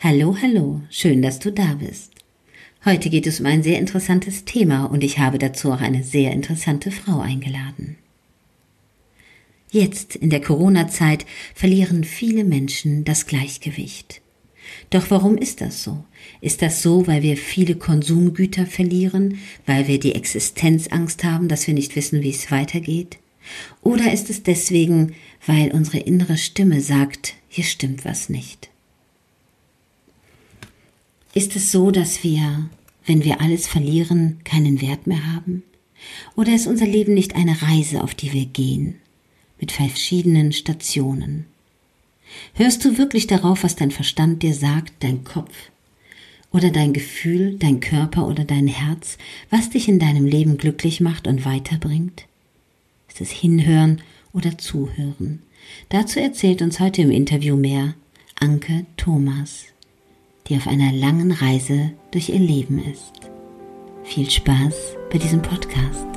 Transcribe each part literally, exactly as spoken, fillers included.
Hallo, hallo, schön, dass du da bist. Heute geht es um ein sehr interessantes Thema und ich habe dazu auch eine sehr interessante Frau eingeladen. Jetzt, in der Corona-Zeit, verlieren viele Menschen das Gleichgewicht. Doch warum ist das so? Ist das so, weil wir viele Konsumgüter verlieren, weil wir die Existenzangst haben, dass wir nicht wissen, wie es weitergeht? Oder ist es deswegen, weil unsere innere Stimme sagt, hier stimmt was nicht? Ist es so, dass wir, wenn wir alles verlieren, keinen Wert mehr haben? Oder ist unser Leben nicht eine Reise, auf die wir gehen, mit verschiedenen Stationen? Hörst du wirklich darauf, was dein Verstand dir sagt, dein Kopf? Oder dein Gefühl, dein Körper oder dein Herz, was dich in deinem Leben glücklich macht und weiterbringt? Ist es Hinhören oder Zuhören? Dazu erzählt uns heute im Interview mehr Anke Thomas, die auf einer langen Reise durch ihr Leben ist. Viel Spaß bei diesem Podcast.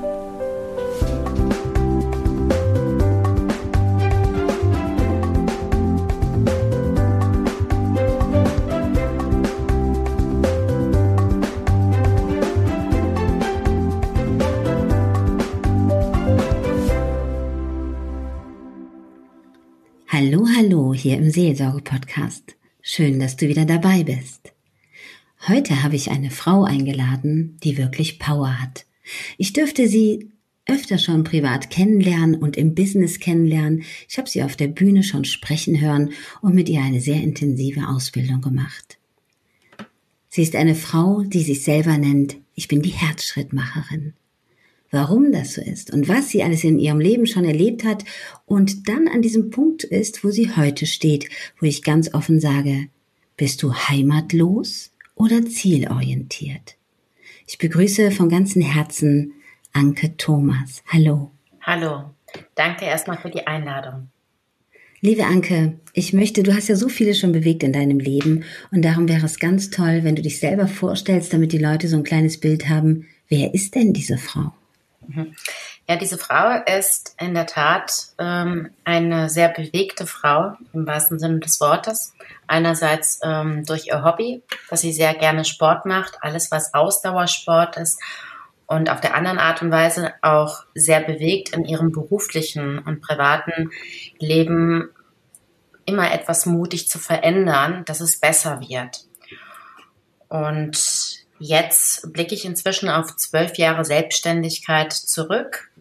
Hallo, hallo, hier im Seelsorge-Podcast. Schön, dass du wieder dabei bist. Heute habe ich eine Frau eingeladen, die wirklich Power hat. Ich dürfte sie öfter schon privat kennenlernen und im Business kennenlernen. Ich habe sie auf der Bühne schon sprechen hören und mit ihr eine sehr intensive Ausbildung gemacht. Sie ist eine Frau, die sich selber nennt, ich bin die Herzschrittmacherin. Warum das so ist und was sie alles in ihrem Leben schon erlebt hat und dann an diesem Punkt ist, wo sie heute steht, wo ich ganz offen sage, bist du heimatlos oder zielorientiert? Ich begrüße von ganzem Herzen Anke Thomas. Hallo. Hallo, danke erstmal für die Einladung. Liebe Anke, ich möchte, du hast ja so viele schon bewegt in deinem Leben und darum wäre es ganz toll, wenn du dich selber vorstellst, damit die Leute so ein kleines Bild haben, wer ist denn diese Frau? Ja, diese Frau ist in der Tat ähm, eine sehr bewegte Frau, im wahrsten Sinne des Wortes. Einerseits ähm, durch ihr Hobby, dass sie sehr gerne Sport macht, alles was Ausdauersport ist. Und auf der anderen Art und Weise auch sehr bewegt in ihrem beruflichen und privaten Leben, immer etwas mutig zu verändern, dass es besser wird. Und jetzt blicke ich inzwischen auf zwölf Jahre Selbstständigkeit zurück.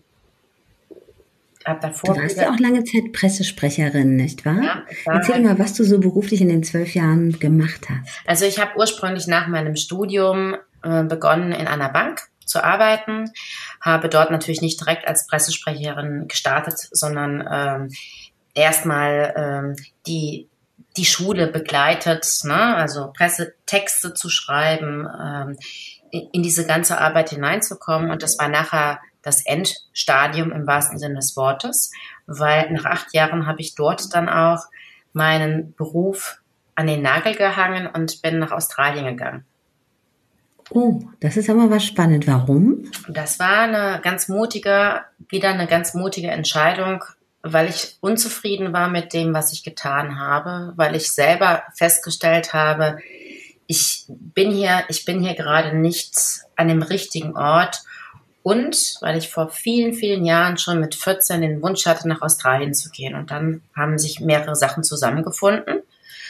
Hab davor du warst ja auch lange Zeit Pressesprecherin, nicht wahr? Ja, Erzähl halt mal, was du so beruflich in den zwölf Jahren gemacht hast. Also ich habe ursprünglich nach meinem Studium äh, begonnen, in einer Bank zu arbeiten, habe dort natürlich nicht direkt als Pressesprecherin gestartet, sondern ähm, erstmal ähm, die die Schule begleitet, ne? Also Pressetexte zu schreiben, ähm, in, in diese ganze Arbeit hineinzukommen. Und das war nachher das Endstadium im wahrsten Sinne des Wortes, weil nach acht Jahren habe ich dort dann auch meinen Beruf an den Nagel gehangen und bin nach Australien gegangen. Oh, das ist aber was spannend. Warum? Das war eine ganz mutige, wieder eine ganz mutige Entscheidung, weil ich unzufrieden war mit dem, was ich getan habe, weil ich selber festgestellt habe, ich bin hier, ich bin hier gerade nicht an dem richtigen Ort und weil ich vor vielen, vielen Jahren schon mit vierzehn den Wunsch hatte, nach Australien zu gehen. Und dann haben sich mehrere Sachen zusammengefunden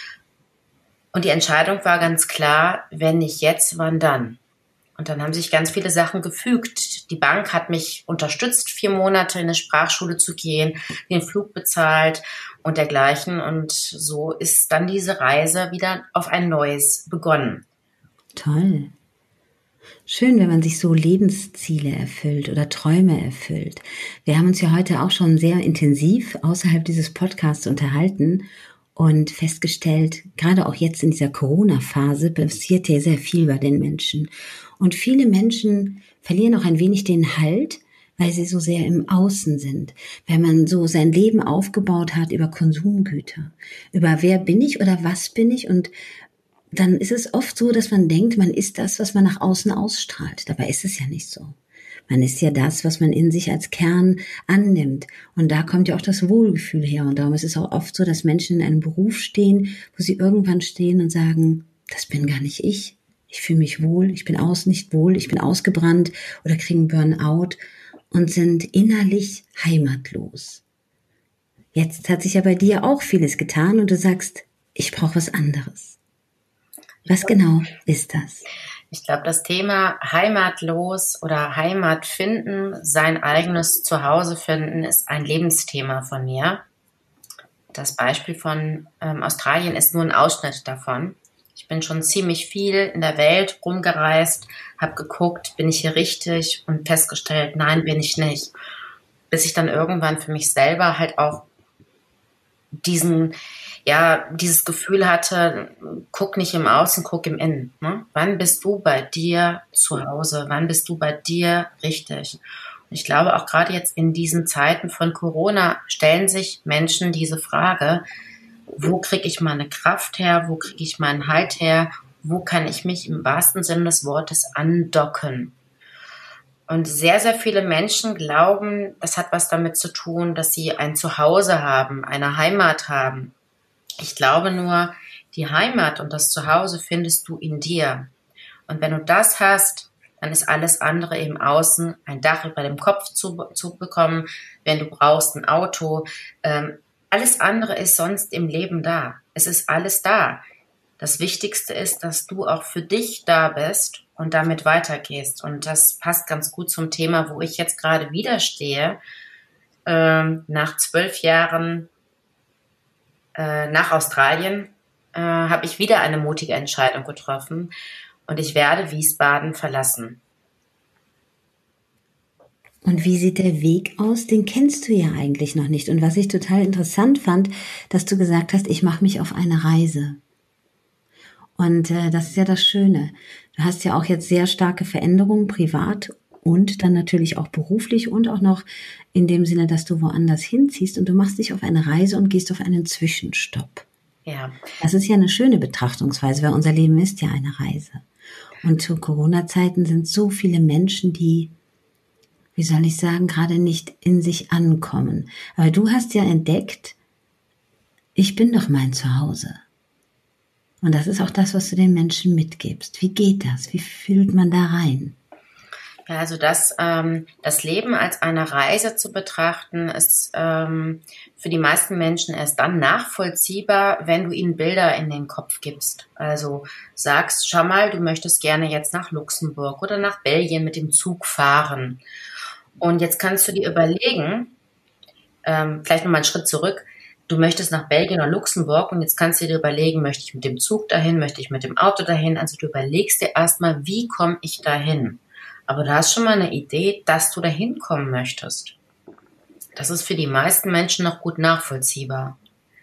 und die Entscheidung war ganz klar, wenn nicht jetzt, wann dann? Und dann haben sich ganz viele Sachen gefügt. Die Bank hat mich unterstützt, vier Monate in eine Sprachschule zu gehen, den Flug bezahlt und dergleichen. Und so ist dann diese Reise wieder auf ein neues begonnen. Toll. Schön, wenn man sich so Lebensziele erfüllt oder Träume erfüllt. Wir haben uns ja heute auch schon sehr intensiv außerhalb dieses Podcasts unterhalten und festgestellt, gerade auch jetzt in dieser Corona-Phase passiert ja sehr viel bei den Menschen. Und viele Menschen verlieren auch ein wenig den Halt, weil sie so sehr im Außen sind. Wenn man so sein Leben aufgebaut hat über Konsumgüter, über wer bin ich oder was bin ich, und dann ist es oft so, dass man denkt, man ist das, was man nach außen ausstrahlt. Dabei ist es ja nicht so. Man ist ja das, was man in sich als Kern annimmt. Und da kommt ja auch das Wohlgefühl her. Und darum ist es auch oft so, dass Menschen in einem Beruf stehen, wo sie irgendwann stehen und sagen, das bin gar nicht ich. Ich fühle mich wohl, ich bin aus nicht wohl, ich bin ausgebrannt oder kriegen Burnout und sind innerlich heimatlos. Jetzt hat sich ja bei dir auch vieles getan und du sagst, ich brauche was anderes. Was genau ist das? Ich glaube, das Thema heimatlos oder Heimat finden, sein eigenes Zuhause finden, ist ein Lebensthema von mir. Das Beispiel von ähm, Australien ist nur ein Ausschnitt davon. Ich bin schon ziemlich viel in der Welt rumgereist, habe geguckt, bin ich hier richtig und festgestellt, nein, bin ich nicht. Bis ich dann irgendwann für mich selber halt auch diesen, ja, dieses Gefühl hatte, guck nicht im Außen, guck im Innen. Ne? Wann bist du bei dir zu Hause? Wann bist du bei dir richtig? Und ich glaube, auch gerade jetzt in diesen Zeiten von Corona stellen sich Menschen diese Frage, wo kriege ich meine Kraft her? Wo kriege ich meinen Halt her? Wo kann ich mich im wahrsten Sinne des Wortes andocken? Und sehr, sehr viele Menschen glauben, das hat was damit zu tun, dass sie ein Zuhause haben, eine Heimat haben. Ich glaube nur, die Heimat und das Zuhause findest du in dir. Und wenn du das hast, dann ist alles andere im Außen, ein Dach über dem Kopf zu, zu bekommen, wenn du brauchst ein Auto. Ähm, alles andere ist sonst im Leben da. Es ist alles da. Das Wichtigste ist, dass du auch für dich da bist und damit weitergehst. Und das passt ganz gut zum Thema, wo ich jetzt gerade wieder stehe. Ähm, nach zwölf Jahren äh, nach Australien äh, habe ich wieder eine mutige Entscheidung getroffen und ich werde Wiesbaden verlassen. Und wie sieht der Weg aus? Den kennst du ja eigentlich noch nicht. Und was ich total interessant fand, dass du gesagt hast, ich mache mich auf eine Reise. Und äh, das ist ja das Schöne. Du hast ja auch jetzt sehr starke Veränderungen privat und dann natürlich auch beruflich und auch noch in dem Sinne, dass du woanders hinziehst und du machst dich auf eine Reise und gehst auf einen Zwischenstopp. Ja. Das ist ja eine schöne Betrachtungsweise, weil unser Leben ist ja eine Reise. Und zu Corona-Zeiten sind so viele Menschen, die, wie soll ich sagen, gerade nicht in sich ankommen. Aber du hast ja entdeckt, ich bin doch mein Zuhause. Und das ist auch das, was du den Menschen mitgibst. Wie geht das? Wie fühlt man da rein? Ja, also das, ähm, das Leben als eine Reise zu betrachten, ist ähm, für die meisten Menschen erst dann nachvollziehbar, wenn du ihnen Bilder in den Kopf gibst. Also sagst, schau mal, du möchtest gerne jetzt nach Luxemburg oder nach Belgien mit dem Zug fahren. Und jetzt kannst du dir überlegen, ähm, vielleicht nochmal einen Schritt zurück, du möchtest nach Belgien oder Luxemburg und jetzt kannst du dir überlegen, möchte ich mit dem Zug dahin, möchte ich mit dem Auto dahin? Also du überlegst dir erstmal, wie komme ich dahin? Aber du hast schon mal eine Idee, dass du dahin kommen möchtest. Das ist für die meisten Menschen noch gut nachvollziehbar.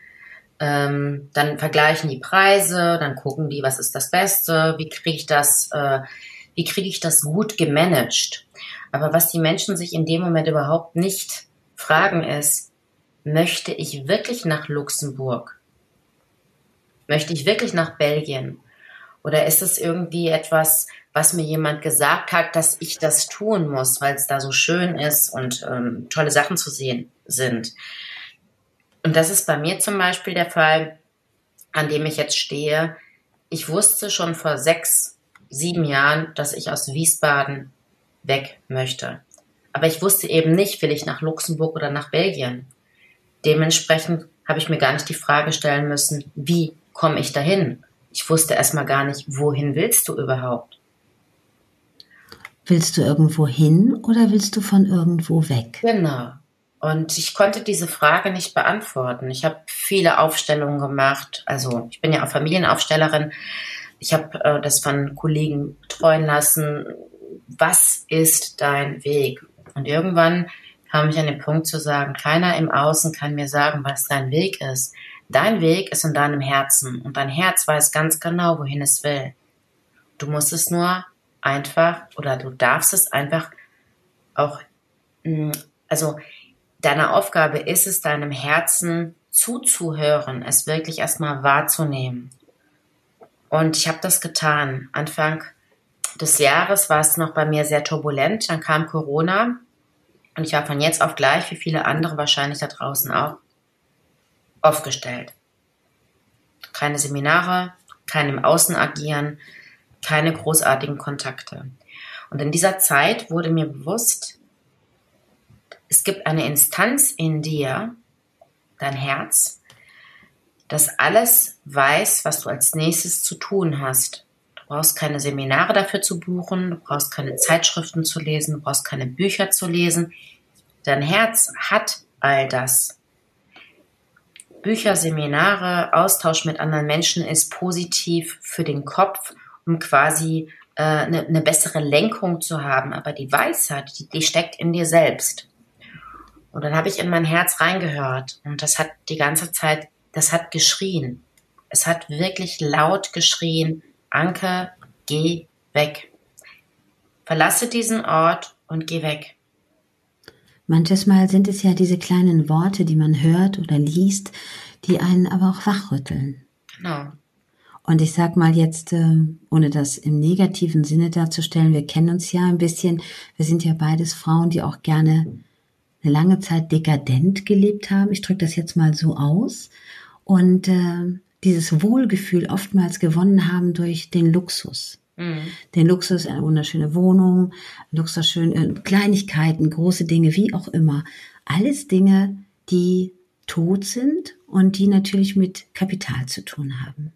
Ähm, dann vergleichen die Preise, dann gucken die, was ist das Beste, wie kriege ich das, äh, wie kriege ich das gut gemanagt? Aber was die Menschen sich in dem Moment überhaupt nicht fragen ist, möchte ich wirklich nach Luxemburg? Möchte ich wirklich nach Belgien? Oder ist es irgendwie etwas, was mir jemand gesagt hat, dass ich das tun muss, weil es da so schön ist und ähm, tolle Sachen zu sehen sind? Und das ist bei mir zum Beispiel der Fall, an dem ich jetzt stehe. Ich wusste schon vor sechs, sieben Jahren, dass ich aus Wiesbaden weg möchte. Aber ich wusste eben nicht, will ich nach Luxemburg oder nach Belgien? Dementsprechend habe ich mir gar nicht die Frage stellen müssen, wie komme ich dahin? Ich wusste erstmal gar nicht, wohin willst du überhaupt? Willst du irgendwo hin oder willst du von irgendwo weg? Genau. Und ich konnte diese Frage nicht beantworten. Ich habe viele Aufstellungen gemacht. Also ich bin ja auch Familienaufstellerin. Ich habe äh, das von Kollegen betreuen lassen. Was ist dein Weg? Und irgendwann kam ich an den Punkt zu sagen, keiner im Außen kann mir sagen, was dein Weg ist. Dein Weg ist in deinem Herzen und dein Herz weiß ganz genau, wohin es will. Du musst es nur einfach oder du darfst es einfach auch, also deine Aufgabe ist es, deinem Herzen zuzuhören, es wirklich erstmal wahrzunehmen. Und ich habe das getan. Anfang des Jahres war es noch bei mir sehr turbulent. Dann kam Corona und ich war von jetzt auf gleich, wie viele andere wahrscheinlich da draußen auch, aufgestellt. Keine Seminare, kein im Außen agieren, keine großartigen Kontakte. Und in dieser Zeit wurde mir bewusst, es gibt eine Instanz in dir, dein Herz, das alles weiß, was du als nächstes zu tun hast. Du brauchst keine Seminare dafür zu buchen, du brauchst keine Zeitschriften zu lesen, du brauchst keine Bücher zu lesen. Dein Herz hat all das. Bücher, Seminare, Austausch mit anderen Menschen ist positiv für den Kopf, um quasi äh, eine, eine bessere Lenkung zu haben. Aber die Weisheit, die, die steckt in dir selbst. Und dann habe ich in mein Herz reingehört und das hat die ganze Zeit, das hat geschrien. Es hat wirklich laut geschrien, Anke, geh weg. Verlasse diesen Ort und geh weg. Manches Mal sind es ja diese kleinen Worte, die man hört oder liest, die einen aber auch wachrütteln. Genau. Und ich sag mal jetzt, ohne das im negativen Sinne darzustellen, wir kennen uns ja ein bisschen, wir sind ja beides Frauen, die auch gerne eine lange Zeit dekadent gelebt haben. Ich drücke das jetzt mal so aus. Und äh, dieses Wohlgefühl oftmals gewonnen haben durch den Luxus. Mhm. Den Luxus, eine wunderschöne Wohnung, luxusschöne Kleinigkeiten, große Dinge, wie auch immer. Alles Dinge, die tot sind und die natürlich mit Kapital zu tun haben.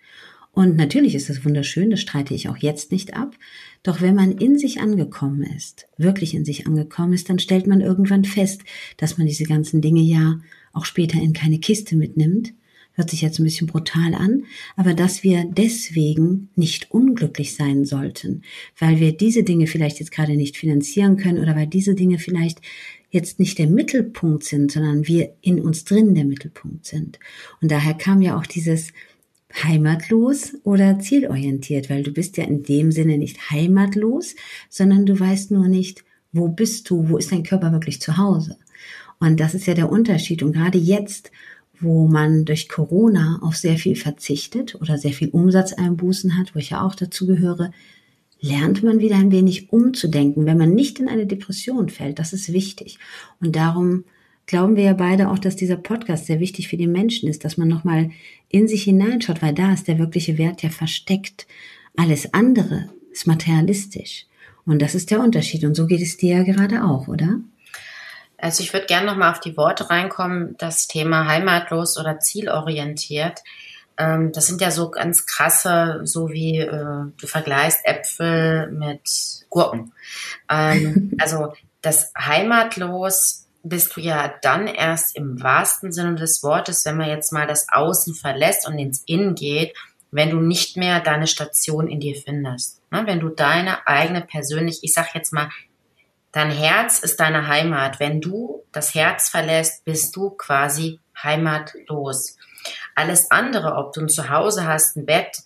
Und natürlich ist das wunderschön, das streite ich auch jetzt nicht ab. Doch wenn man in sich angekommen ist, wirklich in sich angekommen ist, dann stellt man irgendwann fest, dass man diese ganzen Dinge ja auch später in keine Kiste mitnimmt. Hört sich jetzt ein bisschen brutal an, aber dass wir deswegen nicht unglücklich sein sollten, weil wir diese Dinge vielleicht jetzt gerade nicht finanzieren können oder weil diese Dinge vielleicht jetzt nicht der Mittelpunkt sind, sondern wir in uns drin der Mittelpunkt sind. Und daher kam ja auch dieses heimatlos oder zielorientiert, weil du bist ja in dem Sinne nicht heimatlos, sondern du weißt nur nicht, wo bist du, wo ist dein Körper wirklich zu Hause. Und das ist ja der Unterschied. Und gerade jetzt, wo man durch Corona auf sehr viel verzichtet oder sehr viel Umsatzeinbußen hat, wo ich ja auch dazu gehöre, lernt man wieder ein wenig umzudenken, wenn man nicht in eine Depression fällt. Das ist wichtig. Und darum glauben wir ja beide auch, dass dieser Podcast sehr wichtig für die Menschen ist, dass man nochmal in sich hineinschaut, weil da ist der wirkliche Wert ja versteckt. Alles andere ist materialistisch. Und das ist der Unterschied. Und so geht es dir ja gerade auch, oder? Also ich würde gerne nochmal auf die Worte reinkommen, das Thema heimatlos oder zielorientiert. Ähm, das sind ja so ganz krasse, so wie äh, du vergleichst Äpfel mit Gurken. Ähm, also das heimatlos bist du ja dann erst im wahrsten Sinne des Wortes, wenn man jetzt mal das Außen verlässt und ins Innen geht, wenn du nicht mehr deine Station in dir findest. Ne? Wenn du deine eigene persönlich, ich sag jetzt mal, dein Herz ist deine Heimat. Wenn du das Herz verlässt, bist du quasi heimatlos. Alles andere, ob du ein Zuhause hast, ein Bett,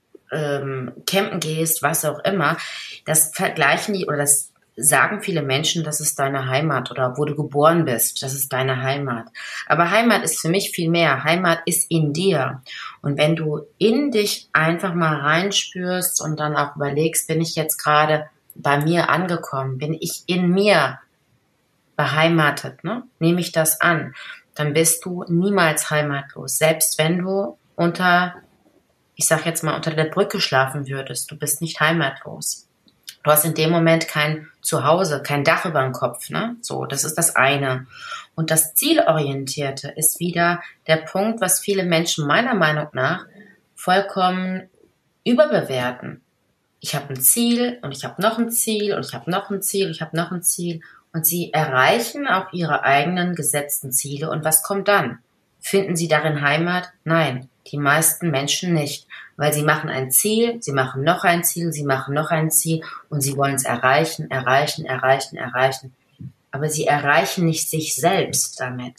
ähm, campen gehst, was auch immer, das vergleichen die oder das sagen viele Menschen, das ist deine Heimat oder wo du geboren bist, das ist deine Heimat. Aber Heimat ist für mich viel mehr. Heimat ist in dir. Und wenn du in dich einfach mal reinspürst und dann auch überlegst, bin ich jetzt gerade bei mir angekommen, bin ich in mir beheimatet, ne? Nehme ich das an, dann bist du niemals heimatlos. Selbst wenn du unter, ich sag jetzt mal, unter der Brücke schlafen würdest, du bist nicht heimatlos. Du hast in dem Moment kein Zuhause, kein Dach über dem Kopf, ne? So, das ist das eine. Und das Zielorientierte ist wieder der Punkt, was viele Menschen meiner Meinung nach vollkommen überbewerten. Ich habe ein Ziel und ich habe noch ein Ziel und ich habe noch ein Ziel, ich habe noch ein Ziel. Und sie erreichen auch ihre eigenen gesetzten Ziele. Und was kommt dann? Finden sie darin Heimat? Nein, die meisten Menschen nicht. Weil sie machen ein Ziel, sie machen noch ein Ziel, sie machen noch ein Ziel und sie wollen es erreichen, erreichen, erreichen, erreichen. Aber sie erreichen nicht sich selbst damit.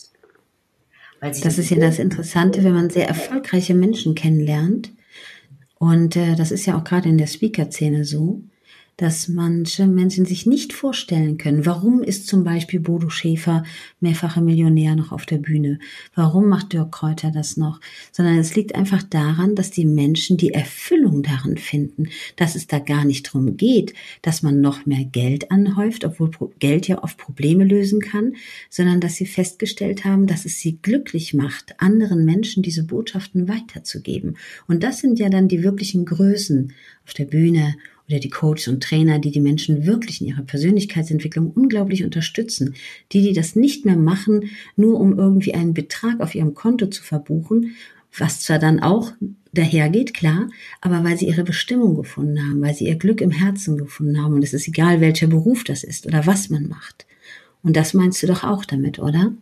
Weil sie das ist ja das Interessante, wenn man sehr erfolgreiche Menschen kennenlernt. Und äh, das ist ja auch gerade in der Speaker-Szene so, dass manche Menschen sich nicht vorstellen können, warum ist zum Beispiel Bodo Schäfer mehrfacher Millionär noch auf der Bühne? Warum macht Dirk Kräuter das noch? Sondern es liegt einfach daran, dass die Menschen die Erfüllung darin finden, dass es da gar nicht darum geht, dass man noch mehr Geld anhäuft, obwohl Geld ja oft Probleme lösen kann, sondern dass sie festgestellt haben, dass es sie glücklich macht, anderen Menschen diese Botschaften weiterzugeben. Und das sind ja dann die wirklichen Größen auf der Bühne oder die Coaches und Trainer, die die Menschen wirklich in ihrer Persönlichkeitsentwicklung unglaublich unterstützen. Die, die das nicht mehr machen, nur um irgendwie einen Betrag auf ihrem Konto zu verbuchen, was zwar dann auch dahergeht, klar, aber weil sie ihre Bestimmung gefunden haben, weil sie ihr Glück im Herzen gefunden haben. Und es ist egal, welcher Beruf das ist oder was man macht. Und das meinst du doch auch damit, oder?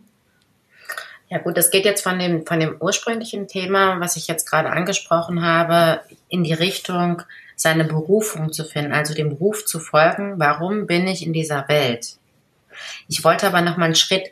Ja gut, das geht jetzt von dem, von dem ursprünglichen Thema, was ich jetzt gerade angesprochen habe, in die Richtung, seine Berufung zu finden, also dem Beruf zu folgen. Warum bin ich in dieser Welt? Ich wollte aber noch mal einen Schritt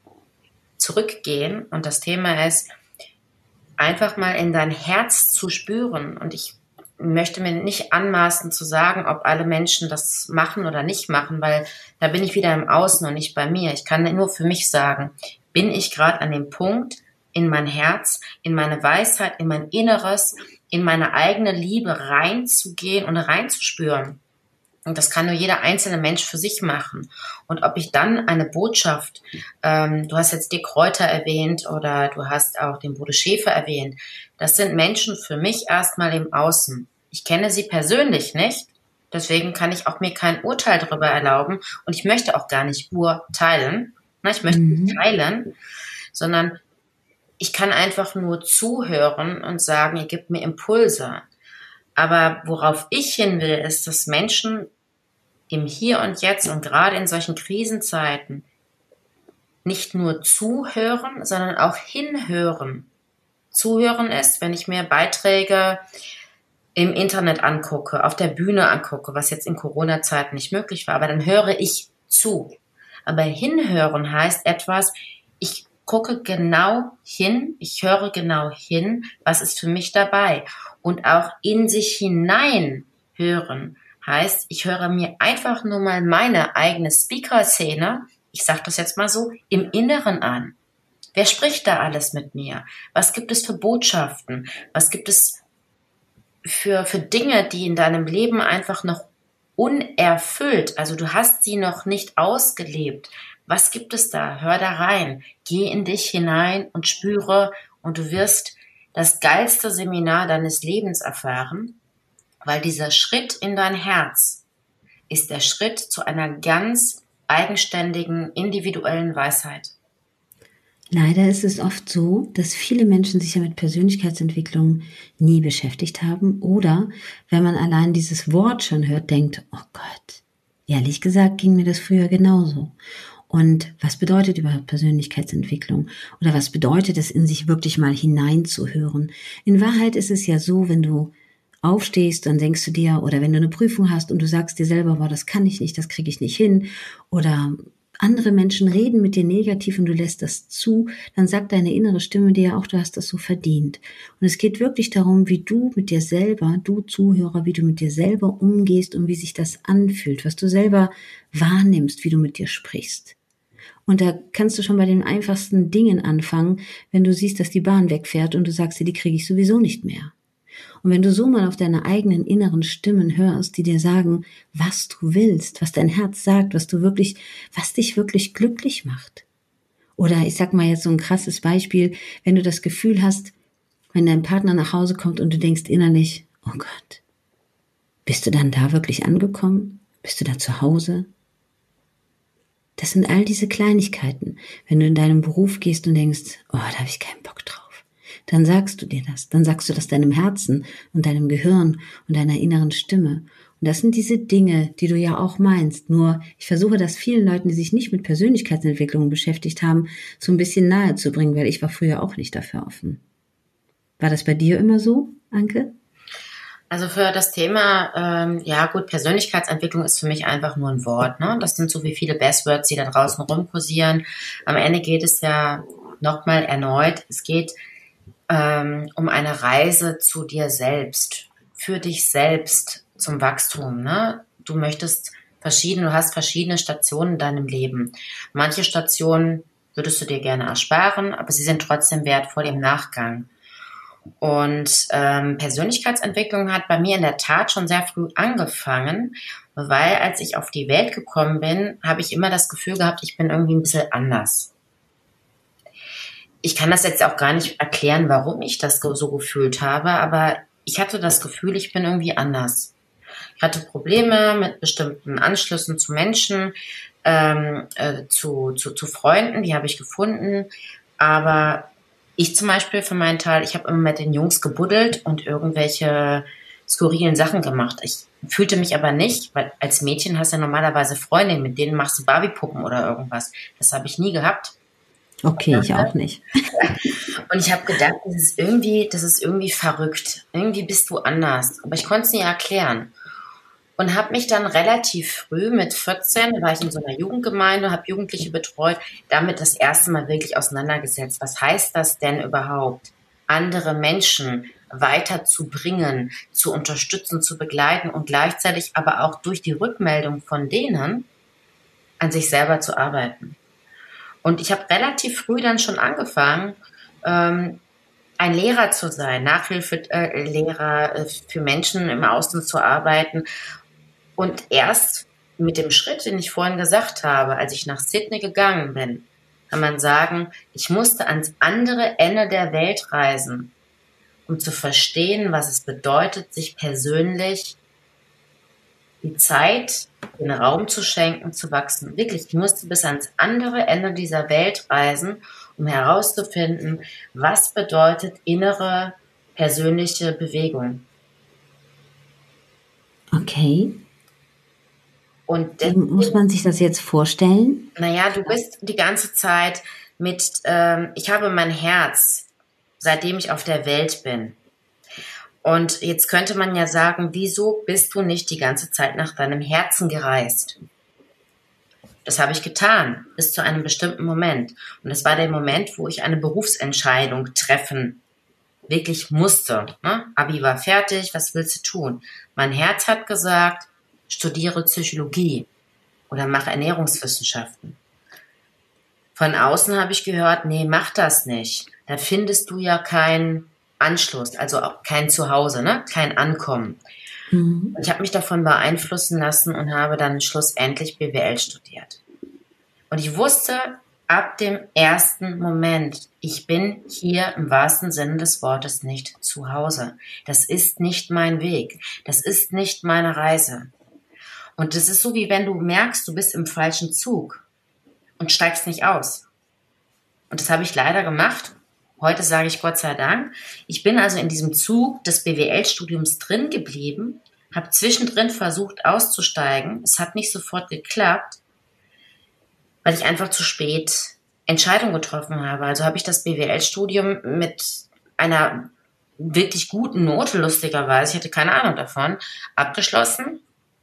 zurückgehen und das Thema ist, einfach mal in dein Herz zu spüren. Und ich möchte mir nicht anmaßen zu sagen, ob alle Menschen das machen oder nicht machen, weil da bin ich wieder im Außen und nicht bei mir. Ich kann nur für mich sagen, bin ich gerade an dem Punkt, in mein Herz, in meine Weisheit, in mein Inneres, in meine eigene Liebe reinzugehen und reinzuspüren. Und das kann nur jeder einzelne Mensch für sich machen. Und ob ich dann eine Botschaft, ähm, du hast jetzt Dirk Kräuter erwähnt oder du hast auch den Bodo Schäfer erwähnt, das sind Menschen für mich erstmal im Außen. Ich kenne sie persönlich nicht, deswegen kann ich auch mir kein Urteil darüber erlauben und ich möchte auch gar nicht urteilen. Na, ich möchte Mhm. nicht teilen, sondern ich kann einfach nur zuhören und sagen, ihr gebt mir Impulse. Aber worauf ich hin will, ist, dass Menschen im Hier und Jetzt und gerade in solchen Krisenzeiten nicht nur zuhören, sondern auch hinhören. Zuhören ist, wenn ich mir Beiträge im Internet angucke, auf der Bühne angucke, was jetzt in Corona-Zeiten nicht möglich war, aber dann höre ich zu. Aber hinhören heißt etwas, ich gucke genau hin, ich höre genau hin, was ist für mich dabei. Und auch in sich hinein hören heißt, ich höre mir einfach nur mal meine eigene Speaker-Szene, ich sage das jetzt mal so, im Inneren an. Wer spricht da alles mit mir? Was gibt es für Botschaften? Was gibt es für, für Dinge, die in deinem Leben einfach noch unerfüllt, also du hast sie noch nicht ausgelebt. Was gibt es da? Hör da rein. Geh in dich hinein und spüre und du wirst das geilste Seminar deines Lebens erfahren, weil dieser Schritt in dein Herz ist der Schritt zu einer ganz eigenständigen, individuellen Weisheit. Leider ist es oft so, dass viele Menschen sich ja mit Persönlichkeitsentwicklung nie beschäftigt haben oder, wenn man allein dieses Wort schon hört, denkt, oh Gott, ehrlich gesagt ging mir das früher genauso. Und was bedeutet überhaupt Persönlichkeitsentwicklung? Oder was bedeutet es, in sich wirklich mal hineinzuhören? In Wahrheit ist es ja so, wenn du aufstehst, dann denkst du dir, oder wenn du eine Prüfung hast und du sagst dir selber, boah, das kann ich nicht, das kriege ich nicht hin, oder andere Menschen reden mit dir negativ und du lässt das zu, dann sagt deine innere Stimme dir ja auch, du hast das so verdient. Und es geht wirklich darum, wie du mit dir selber, du Zuhörer, wie du mit dir selber umgehst und wie sich das anfühlt, was du selber wahrnimmst, wie du mit dir sprichst. Und da kannst du schon bei den einfachsten Dingen anfangen, wenn du siehst, dass die Bahn wegfährt und du sagst dir, die kriege ich sowieso nicht mehr. Und wenn du so mal auf deine eigenen inneren Stimmen hörst, die dir sagen, was du willst, was dein Herz sagt, was du wirklich, was dich wirklich glücklich macht. Oder ich sag mal jetzt so ein krasses Beispiel, wenn du das Gefühl hast, wenn dein Partner nach Hause kommt und du denkst innerlich, oh Gott, bist du dann da wirklich angekommen? Bist du da zu Hause? Das sind all diese Kleinigkeiten. Wenn du in deinem Beruf gehst und denkst, oh, da habe ich keinen Bock drauf. Dann sagst du dir das, dann sagst du das deinem Herzen und deinem Gehirn und deiner inneren Stimme. Und das sind diese Dinge, die du ja auch meinst. Nur ich versuche das vielen Leuten, die sich nicht mit Persönlichkeitsentwicklung beschäftigt haben, so ein bisschen nahe zu bringen, weil ich war früher auch nicht dafür offen. War das bei dir immer so, Anke? Also für das Thema, ähm, ja gut, Persönlichkeitsentwicklung ist für mich einfach nur ein Wort. Ne? Das sind so wie viele Buzzwords, die da draußen rumkursieren. Am Ende geht es ja nochmal erneut, es geht ähm, um eine Reise zu dir selbst, für dich selbst zum Wachstum. Ne? du möchtest verschiedene, du hast verschiedene Stationen in deinem Leben. Manche Stationen würdest du dir gerne ersparen, aber sie sind trotzdem wertvoll im Nachgang. Und ähm, Persönlichkeitsentwicklung hat bei mir in der Tat schon sehr früh angefangen, weil als ich auf die Welt gekommen bin, habe ich immer das Gefühl gehabt, ich bin irgendwie ein bisschen anders. Ich kann das jetzt auch gar nicht erklären, warum ich das so gefühlt habe, aber ich hatte das Gefühl, ich bin irgendwie anders. Ich hatte Probleme mit bestimmten Anschlüssen zu Menschen, ähm, äh, zu, zu, zu Freunden, die habe ich gefunden, aber ich zum Beispiel für meinen Teil, ich habe immer mit den Jungs gebuddelt und irgendwelche skurrilen Sachen gemacht. Ich fühlte mich aber nicht, weil als Mädchen hast du ja normalerweise Freundinnen, mit denen machst du Barbiepuppen oder irgendwas. Das habe ich nie gehabt. Okay, ich auch nicht. Und ich habe gedacht, das ist irgendwie, das ist irgendwie verrückt. Irgendwie bist du anders. Aber ich konnte es nie erklären. Und habe mich dann relativ früh, mit vierzehn, da war ich in so einer Jugendgemeinde, habe Jugendliche betreut, damit das erste Mal wirklich auseinandergesetzt. Was heißt das denn überhaupt, andere Menschen weiterzubringen, zu unterstützen, zu begleiten und gleichzeitig aber auch durch die Rückmeldung von denen an sich selber zu arbeiten. Und ich habe relativ früh dann schon angefangen, ähm, ein Lehrer zu sein, Nachhilfelehrer äh, für Menschen im Außen zu arbeiten. Und erst mit dem Schritt, den ich vorhin gesagt habe, als ich nach Sydney gegangen bin, kann man sagen, ich musste ans andere Ende der Welt reisen, um zu verstehen, was es bedeutet, sich persönlich die Zeit, den Raum zu schenken, zu wachsen. Wirklich, ich musste bis ans andere Ende dieser Welt reisen, um herauszufinden, was bedeutet innere, persönliche Bewegung. Okay. Und Wie muss man sich das jetzt vorstellen? Naja, du bist die ganze Zeit mit, ähm, ich habe mein Herz, seitdem ich auf der Welt bin. Und jetzt könnte man ja sagen, wieso bist du nicht die ganze Zeit nach deinem Herzen gereist? Das habe ich getan, bis zu einem bestimmten Moment. Und das war der Moment, wo ich eine Berufsentscheidung treffen wirklich musste. Ne? Abi war fertig, was willst du tun? Mein Herz hat gesagt, studiere Psychologie oder mach Ernährungswissenschaften. Von außen habe ich gehört, nee, mach das nicht. Da findest du ja keinen Anschluss, also auch kein Zuhause, ne? Kein Ankommen. Mhm. Ich habe mich davon beeinflussen lassen und habe dann schlussendlich B W L studiert. Und ich wusste ab dem ersten Moment, ich bin hier im wahrsten Sinne des Wortes nicht zu Hause. Das ist nicht mein Weg. Das ist nicht meine Reise. Und das ist so, wie wenn du merkst, du bist im falschen Zug und steigst nicht aus. Und das habe ich leider gemacht. Heute sage ich Gott sei Dank. Ich bin also in diesem Zug des B W L-Studiums drin geblieben, habe zwischendrin versucht auszusteigen. Es hat nicht sofort geklappt, weil ich einfach zu spät Entscheidungen getroffen habe. Also habe ich das B W L-Studium mit einer wirklich guten Note, lustigerweise, ich hatte keine Ahnung davon, abgeschlossen.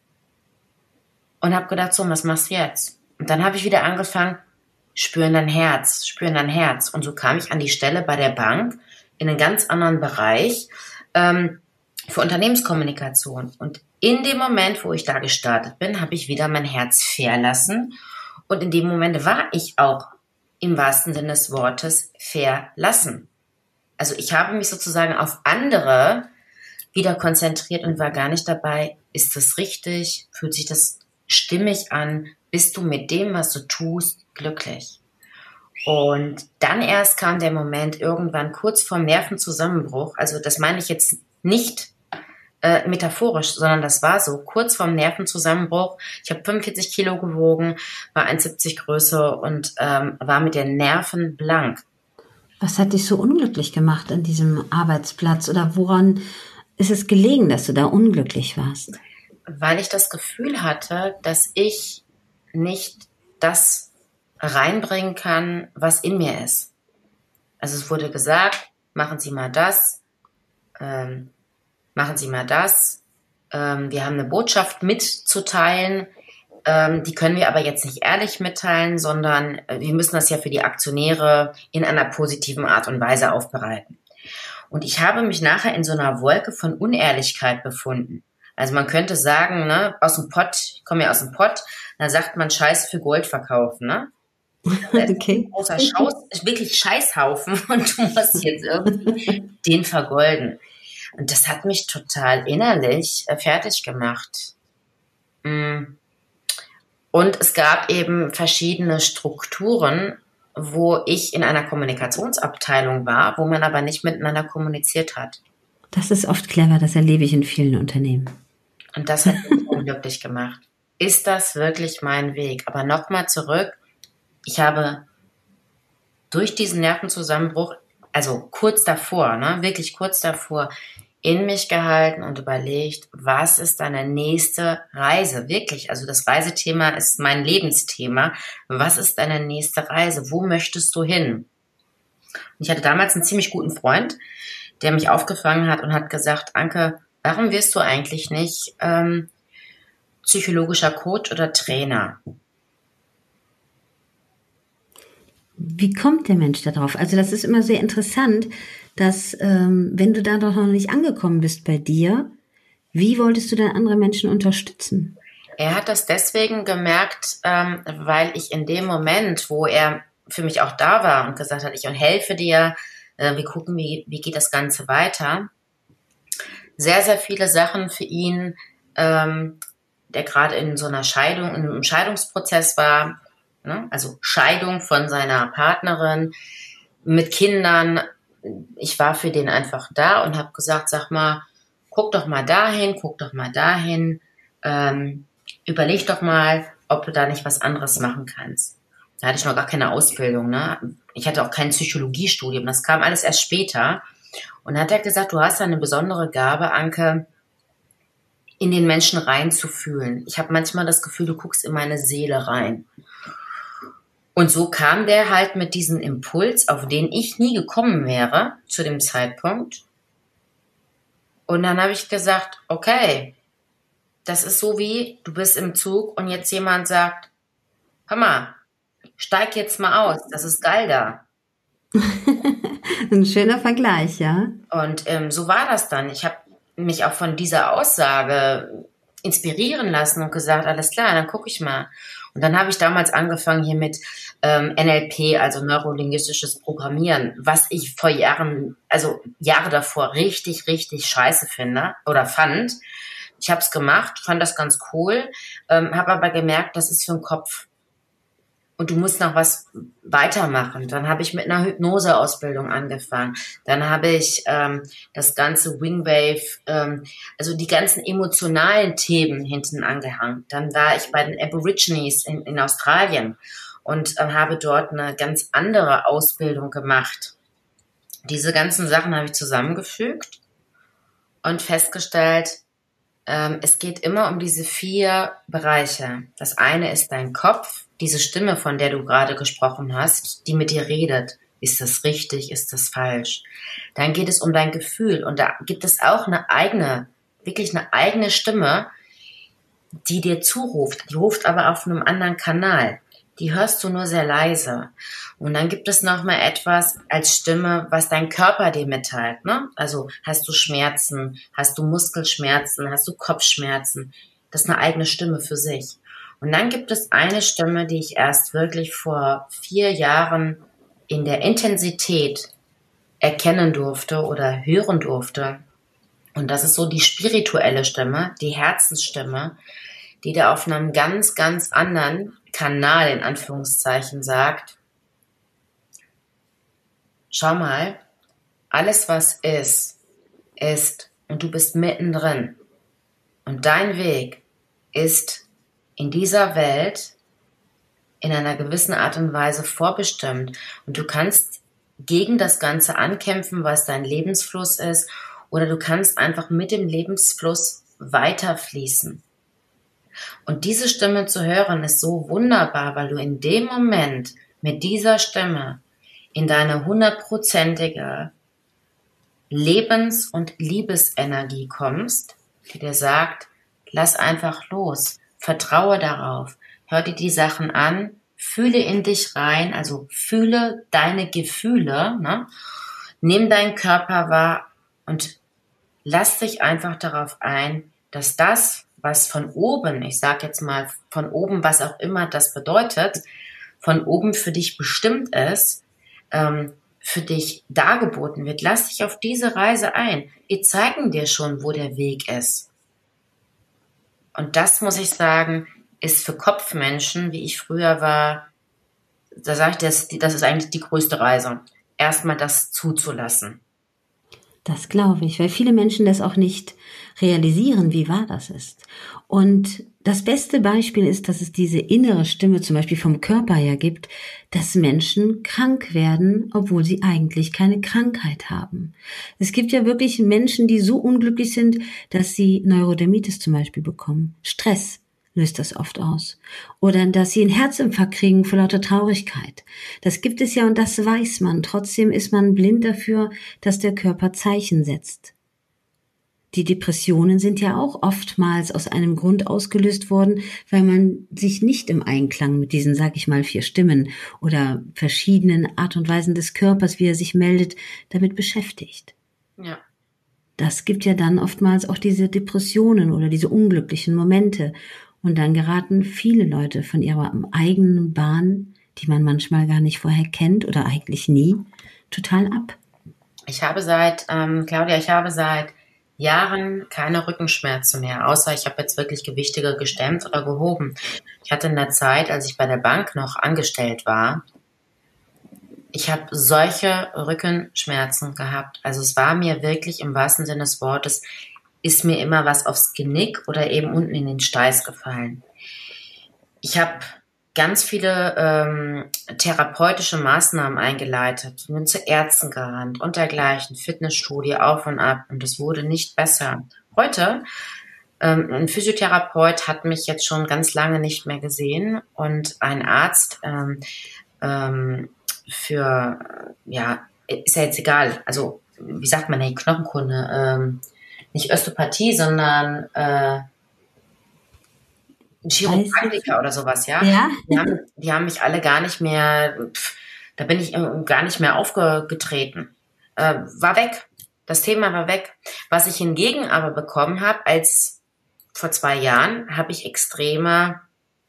Und habe gedacht, so, was machst du jetzt? Und dann habe ich wieder angefangen, spüren dein Herz, spüren dein Herz. Und so kam ich an die Stelle bei der Bank in einen ganz anderen Bereich ähm, für Unternehmenskommunikation. Und in dem Moment, wo ich da gestartet bin, habe ich wieder mein Herz verlassen. Und in dem Moment war ich auch im wahrsten Sinne des Wortes verlassen. Also ich habe mich sozusagen auf andere wieder konzentriert und war gar nicht dabei, ist das richtig, fühlt sich das stimmig an, bist du mit dem, was du tust, glücklich. Und dann erst kam der Moment irgendwann kurz vorm Nervenzusammenbruch, also das meine ich jetzt nicht äh, metaphorisch, sondern das war so, kurz vorm Nervenzusammenbruch. Ich habe fünfundvierzig Kilo gewogen, war eins Komma siebzig Größe und ähm, war mit den Nerven blank. Was hat dich so unglücklich gemacht an diesem Arbeitsplatz oder woran ist es gelegen, dass du da unglücklich warst? Weil ich das Gefühl hatte, dass ich nicht das reinbringen kann, was in mir ist. Also es wurde gesagt, machen Sie mal das, ähm, machen Sie mal das. Ähm, wir haben eine Botschaft mitzuteilen, ähm, die können wir aber jetzt nicht ehrlich mitteilen, sondern wir müssen das ja für die Aktionäre in einer positiven Art und Weise aufbereiten. Und ich habe mich nachher in so einer Wolke von Unehrlichkeit befunden. Also man könnte sagen, ne, aus dem Pott, ich komme ja aus dem Pott, da sagt man Scheiß für Gold verkaufen, ne? Das ist Okay. ein großer Schaus, wirklich Scheißhaufen und du musst jetzt irgendwie den vergolden. Und das hat mich total innerlich äh, fertig gemacht. Mm. Und es gab eben verschiedene Strukturen, wo ich in einer Kommunikationsabteilung war, wo man aber nicht miteinander kommuniziert hat. Das ist oft clever, das erlebe ich in vielen Unternehmen. Und das hat mich unglücklich gemacht. Ist das wirklich mein Weg? Aber nochmal zurück, ich habe durch diesen Nervenzusammenbruch, also kurz davor, ne, wirklich kurz davor, in mich gehalten und überlegt, was ist deine nächste Reise? Wirklich, also das Reisethema ist mein Lebensthema. Was ist deine nächste Reise? Wo möchtest du hin? Und ich hatte damals einen ziemlich guten Freund, der mich aufgefangen hat und hat gesagt, Anke, warum wirst du eigentlich nicht ähm, psychologischer Coach oder Trainer? Wie kommt der Mensch da drauf? Also das ist immer sehr interessant, dass ähm, wenn du da doch noch nicht angekommen bist bei dir, wie wolltest du denn andere Menschen unterstützen? Er hat das deswegen gemerkt, ähm, weil ich in dem Moment, wo er für mich auch da war und gesagt hat, ich helfe dir, äh, wir gucken, wie, wie geht das Ganze weiter, sehr, sehr viele Sachen für ihn, ähm, der gerade in so einer Scheidung, in einem Scheidungsprozess war, ne? Also Scheidung von seiner Partnerin mit Kindern. Ich war für den einfach da und habe gesagt, sag mal, guck doch mal dahin, guck doch mal dahin, ähm, überleg doch mal, ob du da nicht was anderes machen kannst. Da hatte ich noch gar keine Ausbildung, ne? Ich hatte auch kein Psychologiestudium, das kam alles erst später. Und dann hat er gesagt, du hast da eine besondere Gabe, Anke, in den Menschen reinzufühlen. Ich habe manchmal das Gefühl, du guckst in meine Seele rein. Und so kam der halt mit diesem Impuls, auf den ich nie gekommen wäre zu dem Zeitpunkt. Und dann habe ich gesagt, okay, das ist so wie, du bist im Zug und jetzt jemand sagt, hör mal, steig jetzt mal aus, das ist geil da. Ein schöner Vergleich, ja. Und ähm, so war das dann. Ich habe mich auch von dieser Aussage inspirieren lassen und gesagt, alles klar, dann gucke ich mal. Und dann habe ich damals angefangen hier mit ähm, N L P, also neurolinguistisches Programmieren, was ich vor Jahren, also Jahre davor richtig, richtig scheiße finde oder fand. Ich habe es gemacht, fand das ganz cool, ähm, habe aber gemerkt, das ist für den Kopf. Und du musst noch was weitermachen. Dann habe ich mit einer Hypnoseausbildung angefangen. Dann habe ich ähm, das ganze Wingwave, ähm, also die ganzen emotionalen Themen hinten angehangen. Dann war ich bei den Aborigines in, in Australien und äh, habe dort eine ganz andere Ausbildung gemacht. Diese ganzen Sachen habe ich zusammengefügt und festgestellt, ähm, es geht immer um diese vier Bereiche. Das eine ist dein Kopf, diese Stimme, von der du gerade gesprochen hast, die mit dir redet. Ist das richtig? Ist das falsch? Dann geht es um dein Gefühl und da gibt es auch eine eigene, wirklich eine eigene Stimme, die dir zuruft. Die ruft aber auf einem anderen Kanal. Die hörst du nur sehr leise. Und dann gibt es noch mal etwas als Stimme, was dein Körper dir mitteilt, ne? Also hast du Schmerzen, hast du Muskelschmerzen, hast du Kopfschmerzen. Das ist eine eigene Stimme für sich. Und dann gibt es eine Stimme, die ich erst wirklich vor vier Jahren in der Intensität erkennen durfte oder hören durfte. Und das ist so die spirituelle Stimme, die Herzensstimme, die da auf einem ganz, ganz anderen Kanal in Anführungszeichen sagt, schau mal, alles was ist, ist und du bist mittendrin. Und dein Weg ist in dieser Welt in einer gewissen Art und Weise vorbestimmt. Und du kannst gegen das Ganze ankämpfen, was dein Lebensfluss ist, oder du kannst einfach mit dem Lebensfluss weiterfließen. Und diese Stimme zu hören ist so wunderbar, weil du in dem Moment mit dieser Stimme in deine hundertprozentige Lebens- und Liebesenergie kommst, die dir sagt, lass einfach los, vertraue darauf, hör dir die Sachen an, fühle in dich rein, also fühle deine Gefühle, ne? Nimm deinen Körper wahr und lass dich einfach darauf ein, dass das, was von oben, ich sage jetzt mal von oben, was auch immer das bedeutet, von oben für dich bestimmt ist, ähm, für dich dargeboten wird. Lass dich auf diese Reise ein. Wir zeigen dir schon, wo der Weg ist. Und das, muss ich sagen, ist für Kopfmenschen, wie ich früher war, da sage ich, das, das ist eigentlich die größte Reise. Erstmal das zuzulassen. Das glaube ich, weil viele Menschen das auch nicht realisieren, wie wahr das ist. Und das beste Beispiel ist, dass es diese innere Stimme zum Beispiel vom Körper her gibt, dass Menschen krank werden, obwohl sie eigentlich keine Krankheit haben. Es gibt ja wirklich Menschen, die so unglücklich sind, dass sie Neurodermitis zum Beispiel bekommen. Stress löst das oft aus. Oder dass sie einen Herzinfarkt kriegen vor lauter Traurigkeit. Das gibt es ja und das weiß man. Trotzdem ist man blind dafür, dass der Körper Zeichen setzt. Die Depressionen sind ja auch oftmals aus einem Grund ausgelöst worden, weil man sich nicht im Einklang mit diesen, sag ich mal, vier Stimmen oder verschiedenen Art und Weisen des Körpers, wie er sich meldet, damit beschäftigt. Ja. Das gibt ja dann oftmals auch diese Depressionen oder diese unglücklichen Momente. Und dann geraten viele Leute von ihrer eigenen Bahn, die man manchmal gar nicht vorher kennt oder eigentlich nie, total ab. Ich habe seit, ähm, Claudia, ich habe seit Jahren keine Rückenschmerzen mehr, außer ich habe jetzt wirklich Gewichtige gestemmt oder gehoben. Ich hatte in der Zeit, als ich bei der Bank noch angestellt war, ich habe solche Rückenschmerzen gehabt. Also es war mir wirklich im wahrsten Sinne des Wortes, ist mir immer was aufs Genick oder eben unten in den Steiß gefallen. Ich habe ganz viele ähm, therapeutische Maßnahmen eingeleitet, bin zu Ärzten gerannt und dergleichen, Fitnessstudie auf und ab und es wurde nicht besser. Heute, ähm, ein Physiotherapeut hat mich jetzt schon ganz lange nicht mehr gesehen und ein Arzt ähm, ähm, für, ja, ist ja jetzt egal, also wie sagt man denn, Knochenkunde, ähm, nicht Osteopathie, sondern äh, ein Chiropraktiker oder sowas, ja. Ja. Die haben, die haben mich alle gar nicht mehr, pff, da bin ich gar nicht mehr aufgetreten. Äh, war weg. Das Thema war weg. Was ich hingegen aber bekommen habe, als vor zwei Jahren, habe ich extreme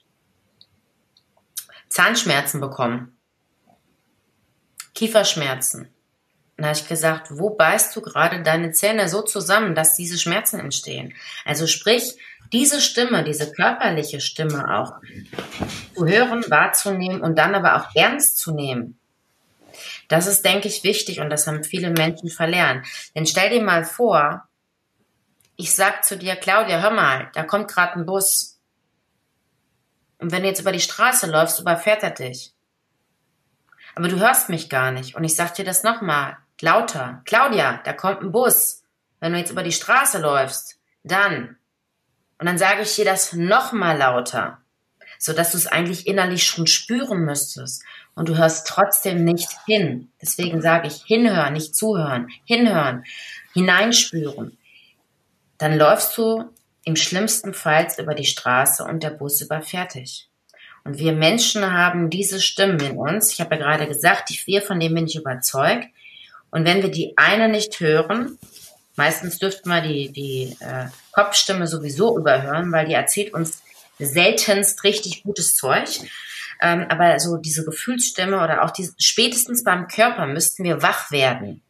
Zahnschmerzen bekommen. Kieferschmerzen. Dann habe ich gesagt, wo beißt du gerade deine Zähne so zusammen, dass diese Schmerzen entstehen? Also sprich, diese Stimme, diese körperliche Stimme auch zu hören, wahrzunehmen und dann aber auch ernst zu nehmen, das ist, denke ich, wichtig und das haben viele Menschen verlernt. Denn stell dir mal vor, ich sag zu dir, Claudia, hör mal, da kommt gerade ein Bus und wenn du jetzt über die Straße läufst, überfährt er dich. Aber du hörst mich gar nicht und ich sag dir das nochmal, lauter, Claudia, da kommt ein Bus. Wenn du jetzt über die Straße läufst, dann. Und dann sage ich dir das nochmal lauter, sodass du es eigentlich innerlich schon spüren müsstest. Und du hörst trotzdem nicht hin. Deswegen sage ich hinhören, nicht zuhören. Hinhören, hineinspüren. Dann läufst du im schlimmsten Fall über die Straße und der Bus überfährt dich. Und wir Menschen haben diese Stimmen in uns. Ich habe ja gerade gesagt, die vier, von denen bin ich überzeugt. Und wenn wir die eine nicht hören, meistens dürften wir die, die äh, Kopfstimme sowieso überhören, weil die erzählt uns seltenst richtig gutes Zeug. Ähm, aber so diese Gefühlsstimme oder auch die, spätestens beim Körper müssten wir wach werden.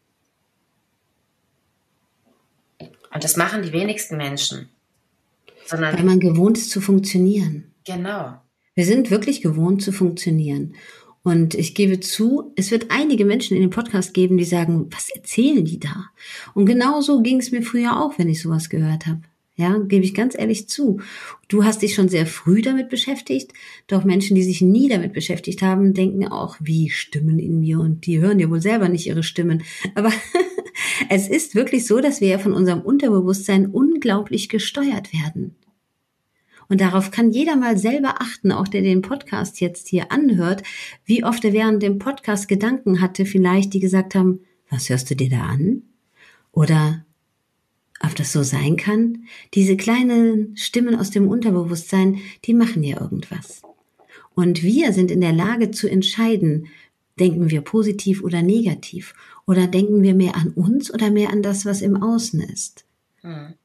Und das machen die wenigsten Menschen. Sondern weil man gewohnt ist zu funktionieren. Genau. Wir sind wirklich gewohnt zu funktionieren. Und ich gebe zu, es wird einige Menschen in dem Podcast geben, die sagen, was erzählen die da? Und genau so ging es mir früher auch, wenn ich sowas gehört habe. Ja, gebe ich ganz ehrlich zu. Du hast dich schon sehr früh damit beschäftigt, doch Menschen, die sich nie damit beschäftigt haben, denken auch, wie Stimmen in mir und die hören ja wohl selber nicht ihre Stimmen. Aber es ist wirklich so, dass wir ja von unserem Unterbewusstsein unglaublich gesteuert werden. Und darauf kann jeder mal selber achten, auch der den Podcast jetzt hier anhört, wie oft er während dem Podcast Gedanken hatte, vielleicht die gesagt haben, was hörst du dir da an? Oder ob das so sein kann, diese kleinen Stimmen aus dem Unterbewusstsein, die machen ja irgendwas. Und wir sind in der Lage zu entscheiden, denken wir positiv oder negativ? Oder denken wir mehr an uns oder mehr an das, was im Außen ist? Hm.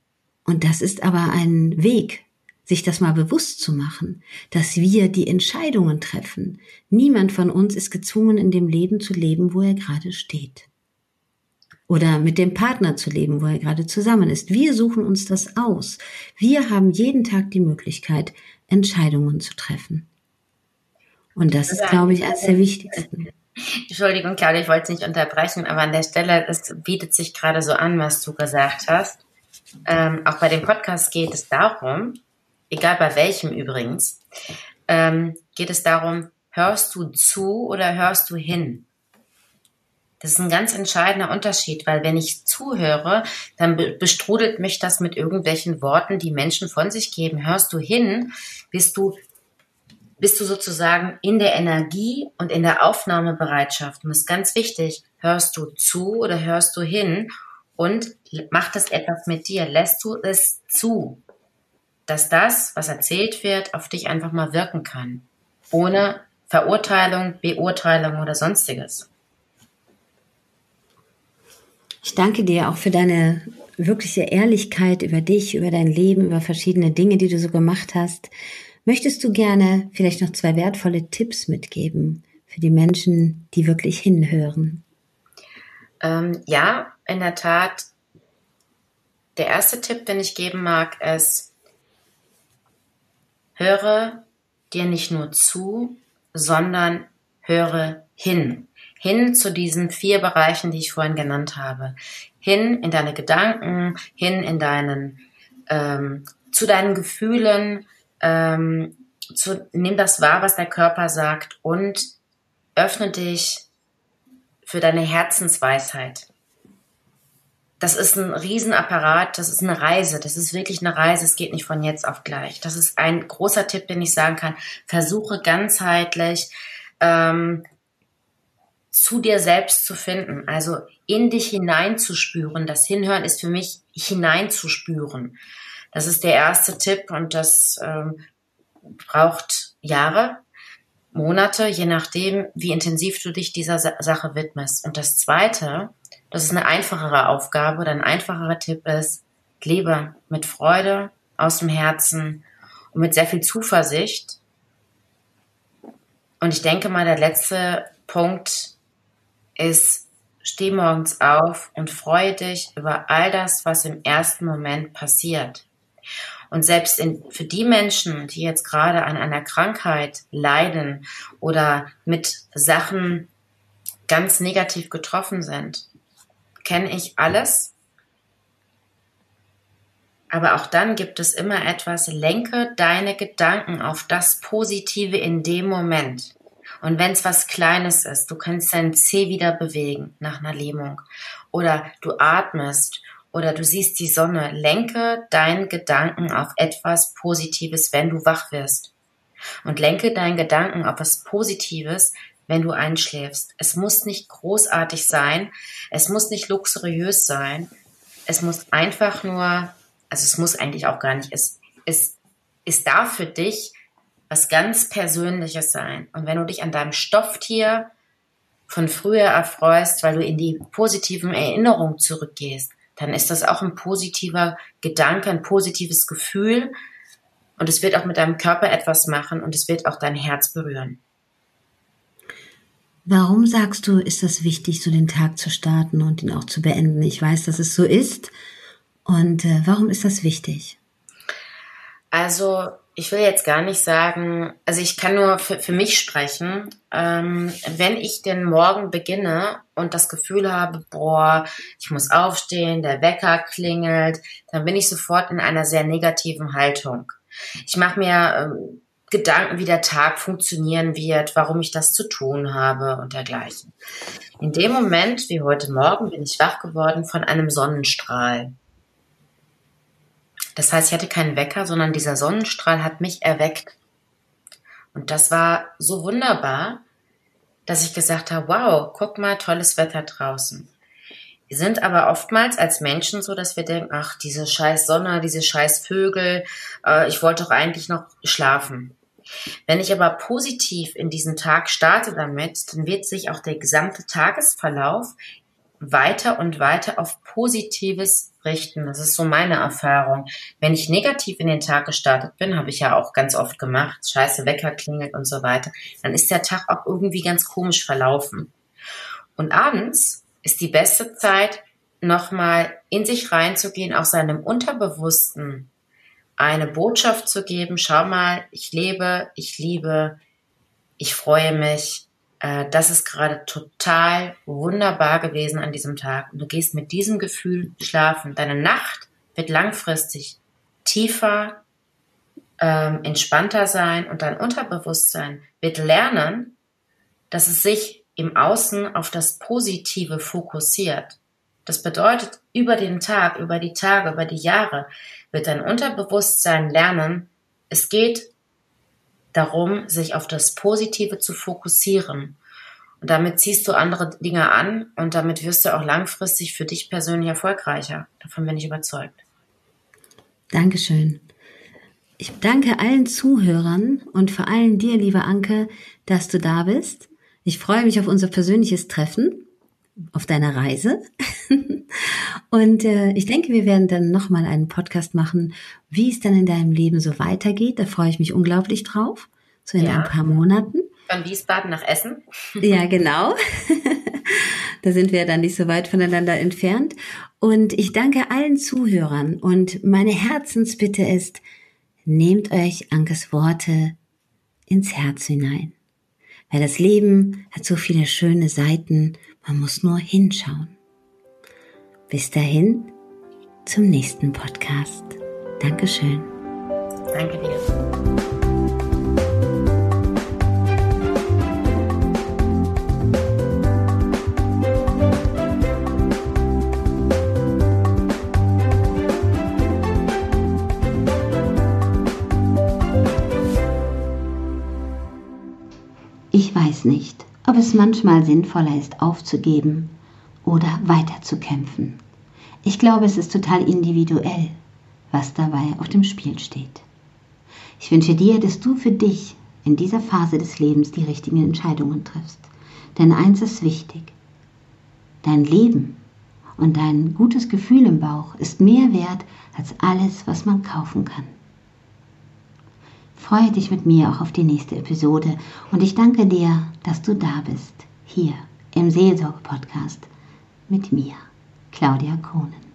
Und das ist aber ein Weg, sich das mal bewusst zu machen, dass wir die Entscheidungen treffen. Niemand von uns ist gezwungen, in dem Leben zu leben, wo er gerade steht. Oder mit dem Partner zu leben, wo er gerade zusammen ist. Wir suchen uns das aus. Wir haben jeden Tag die Möglichkeit, Entscheidungen zu treffen. Und das ist, glaube ich, eines der wichtigsten. Entschuldigung, Claudia, ich wollte nicht unterbrechen, aber an der Stelle, es bietet sich gerade so an, was du gesagt hast. Ähm, auch bei dem Podcast geht es darum, egal bei welchem übrigens, ähm, geht es darum, hörst du zu oder hörst du hin? Das ist ein ganz entscheidender Unterschied, weil wenn ich zuhöre, dann be- bestrudelt mich das mit irgendwelchen Worten, die Menschen von sich geben. Hörst du hin, bist du, bist du sozusagen in der Energie und in der Aufnahmebereitschaft. Und das ist ganz wichtig. Hörst du zu oder hörst du hin? Und macht das etwas mit dir? Lässt du es zu, dass das, was erzählt wird, auf dich einfach mal wirken kann? Ohne Verurteilung, Beurteilung oder Sonstiges. Ich danke dir auch für deine wirkliche Ehrlichkeit über dich, über dein Leben, über verschiedene Dinge, die du so gemacht hast. Möchtest du gerne vielleicht noch zwei wertvolle Tipps mitgeben für die Menschen, die wirklich hinhören? Ähm, ja, in der Tat. Der erste Tipp, den ich geben mag, ist, höre dir nicht nur zu, sondern höre hin. Hin zu diesen vier Bereichen, die ich vorhin genannt habe. Hin in deine Gedanken, hin in deinen, ähm, zu deinen Gefühlen, ähm, zu, nimm das wahr, was der Körper sagt und öffne dich für deine Herzensweisheit. Das ist ein Riesenapparat, das ist eine Reise, das ist wirklich eine Reise, es geht nicht von jetzt auf gleich. Das ist ein großer Tipp, den ich sagen kann. Versuche ganzheitlich, ähm, zu dir selbst zu finden, also in dich hineinzuspüren. Das Hinhören ist für mich hineinzuspüren. Das ist der erste Tipp und das ähm, braucht Jahre, Monate, je nachdem, wie intensiv du dich dieser Sa- Sache widmest. Und das zweite, das ist eine einfachere Aufgabe oder ein einfacherer Tipp ist, lebe mit Freude aus dem Herzen und mit sehr viel Zuversicht. Und ich denke mal, der letzte Punkt ist, steh morgens auf und freue dich über all das, was im ersten Moment passiert. Und selbst in, für die Menschen, die jetzt gerade an einer Krankheit leiden oder mit Sachen ganz negativ getroffen sind, kenne ich alles. Aber auch dann gibt es immer etwas, lenke deine Gedanken auf das Positive in dem Moment. Und wenn es was Kleines ist, du kannst dein Zeh wieder bewegen nach einer Lähmung oder du atmest oder du siehst die Sonne, lenke deinen Gedanken auf etwas Positives, wenn du wach wirst. Und lenke deinen Gedanken auf etwas Positives, wenn du einschläfst. Es muss nicht großartig sein, es muss nicht luxuriös sein, es muss einfach nur, also es muss eigentlich auch gar nicht, es, es, es darf für dich was ganz Persönliches sein. Und wenn du dich an deinem Stofftier von früher erfreust, weil du in die positiven Erinnerungen zurückgehst, dann ist das auch ein positiver Gedanke, ein positives Gefühl. Und es wird auch mit deinem Körper etwas machen und es wird auch dein Herz berühren. Warum sagst du, ist das wichtig, so den Tag zu starten und ihn auch zu beenden? Ich weiß, dass es so ist. Und äh, warum ist das wichtig? Also ich will jetzt gar nicht sagen, also ich kann nur für, für mich sprechen. Ähm, wenn ich den Morgen beginne und das Gefühl habe, boah, ich muss aufstehen, der Wecker klingelt, dann bin ich sofort in einer sehr negativen Haltung. Ich mache mir ähm, Gedanken, wie der Tag funktionieren wird, warum ich das zu tun habe und dergleichen. In dem Moment, wie heute Morgen, bin ich wach geworden von einem Sonnenstrahl. Das heißt, ich hatte keinen Wecker, sondern dieser Sonnenstrahl hat mich erweckt. Und das war so wunderbar, dass ich gesagt habe, wow, guck mal, tolles Wetter draußen. Wir sind aber oftmals als Menschen so, dass wir denken, ach, diese scheiß Sonne, diese scheiß Vögel, äh, ich wollte doch eigentlich noch schlafen. Wenn ich aber positiv in diesen Tag starte damit, dann wird sich auch der gesamte Tagesverlauf weiter und weiter auf Positives richten. Das ist so meine Erfahrung. Wenn ich negativ in den Tag gestartet bin, habe ich ja auch ganz oft gemacht, scheiße, Wecker klingelt und so weiter, dann ist der Tag auch irgendwie ganz komisch verlaufen. Und abends ist die beste Zeit, nochmal in sich reinzugehen, auch seinem Unterbewussten eine Botschaft zu geben, schau mal, ich lebe, ich liebe, ich freue mich, äh, das ist gerade total wunderbar gewesen an diesem Tag und du gehst mit diesem Gefühl schlafen. Deine Nacht wird langfristig tiefer, ähm, entspannter sein und dein Unterbewusstsein wird lernen, dass es sich im Außen auf das Positive fokussiert. Das bedeutet, über den Tag, über die Tage, über die Jahre wird dein Unterbewusstsein lernen, es geht darum, sich auf das Positive zu fokussieren. Und damit ziehst du andere Dinge an und damit wirst du auch langfristig für dich persönlich erfolgreicher. Davon bin ich überzeugt. Dankeschön. Ich danke allen Zuhörern und vor allem dir, liebe Anke, dass du da bist. Ich freue mich auf unser persönliches Treffen, auf deiner Reise. Und äh, ich denke, wir werden dann nochmal einen Podcast machen, wie es dann in deinem Leben so weitergeht. Da freue ich mich unglaublich drauf, so in ja. ein paar Monaten. Von Wiesbaden nach Essen. Ja, genau. Da sind wir dann nicht so weit voneinander entfernt. Und ich danke allen Zuhörern und meine Herzensbitte ist, nehmt euch Ankes Worte ins Herz hinein. Weil das Leben hat so viele schöne Seiten, man muss nur hinschauen. Bis dahin, zum nächsten Podcast. Dankeschön. Danke dir. Ich weiß nicht, ob es manchmal sinnvoller ist, aufzugeben oder weiterzukämpfen. Ich glaube, es ist total individuell, was dabei auf dem Spiel steht. Ich wünsche dir, dass du für dich in dieser Phase des Lebens die richtigen Entscheidungen triffst. Denn eins ist wichtig: Dein Leben und dein gutes Gefühl im Bauch ist mehr wert als alles, was man kaufen kann. Freue dich mit mir auch auf die nächste Episode und ich danke dir, dass du da bist, hier im Seelsorge-Podcast mit mir, Claudia Kohnen.